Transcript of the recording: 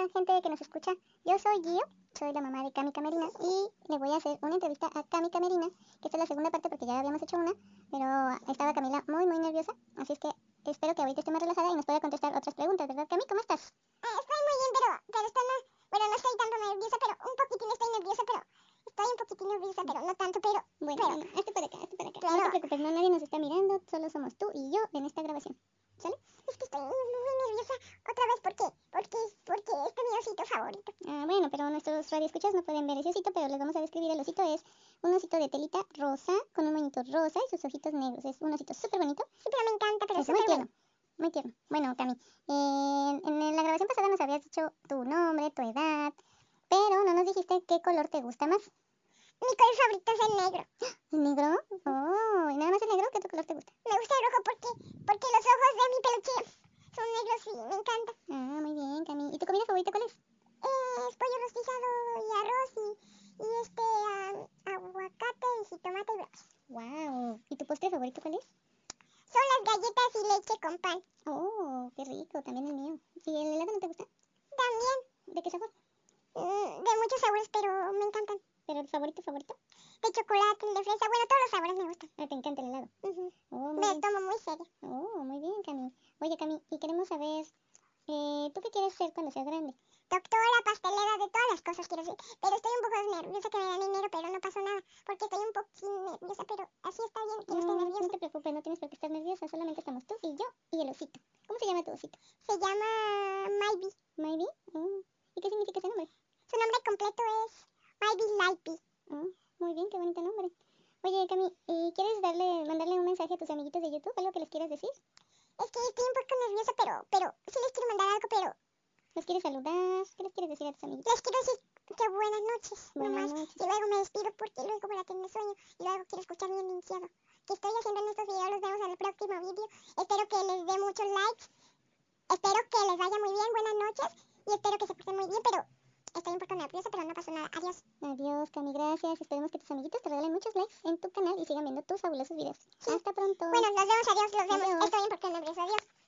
gente que nos escucha. Yo soy Gio, soy la mamá de Cami Camerina y le voy a hacer una entrevista a Cami Camerina, que esta es la segunda parte porque ya habíamos hecho una, pero estaba Camila muy nerviosa, así es que espero que ahorita esté más relajada y nos pueda contestar otras preguntas, ¿verdad, Cami? ¿Cómo estás? Estoy muy bien, pero estoy no, bueno, no estoy tanto nerviosa, pero un poquitín estoy nerviosa, pero no tanto, Bueno, hazte para acá, Claro. No te preocupes, no, nadie nos está mirando, solo somos tú y yo en esta grabación, ¿sale? Es que estoy muy nerviosa otra vez, porque es mi osito favorito. Ah, bueno, pero nuestros radioescuchas no pueden ver ese osito, pero les vamos a describir. El osito es un osito de telita rosa, con un moñito rosa y sus ojitos negros. Es un osito súper bonito. Sí, pero me encanta, pero Es es muy súper tierno, muy tierno. Bueno, Cami, en la grabación pasada nos habías dicho tu nombre, tu edad, pero no nos dijiste qué color te gusta más. Mi color favorito es el negro. ¿El negro? Oh, ¿y nada más el negro? ¿Qué otro color te gusta? Me gusta el rojo porque los ojos de mi peluche son negros y me encanta. Ah, muy bien, Cami. ¿Y tu comida favorita cuál es? Es pollo rostizado y arroz y aguacate y jitomate y brócoli. Wow. ¿Y tu postre favorito cuál es? Son las galletas y leche con pan. Oh, qué rico, también el mío. ¿Y el helado no te gusta? También. ¿De qué sabor? De muchos sabores, pero me encantan. ¿Pero el favorito favorito? De chocolate, el de fresa, bueno, todos los sabores me gustan. Ah, te encanta el helado. Oh, muy Me bien. tomo muy serio. Oh, muy bien, Cami. Oye, Cami, y queremos saber, ¿tú qué quieres ser cuando seas grande? Doctora, pastelera, de todas las cosas quiero decir. Pero estoy un poco nerviosa que me dan dinero, pero no pasó nada. Porque estoy un poquito nerviosa, pero así está bien que no esté No nerviosa. te preocupes, no tienes por qué estar nerviosa, solamente estamos tú y yo y el osito. ¿Cómo se llama tu osito? Se llama Maybe. ¿Maybe? Oh, ¿y qué significa ese nombre? Su nombre completo es Maybe Lightbee. Oh, muy bien, qué bonito nombre. Oye, Cami, ¿y quieres mandarle un mensaje a tus amiguitos de YouTube? ¿Algo que les quieras decir? Es que estoy un poco nerviosa, pero sí les quiero mandar algo, pero ¿Los quieres saludar? ¿Qué les quieres decir a tus amiguitos? les quiero decir que buenas noches, Buenas nomás. noches. Y luego me despido porque luego voy a tener sueño. Y luego quiero escuchar mi enunciado. Que estoy haciendo en estos videos, los vemos en el próximo video. Espero que les dé muchos likes. Espero que les vaya muy bien, buenas noches. Y espero que se porten muy bien, pero estoy un poco nerviosa, pero no pasó nada. Adiós. Adiós, Cami, gracias. Esperemos que tus amiguitos te regalen muchos likes en tu canal y sigan viendo tus fabulosos videos. Sí. Hasta pronto. Bueno, nos vemos, adiós, los vemos. Adiós. Estoy un poco nerviosa, adiós.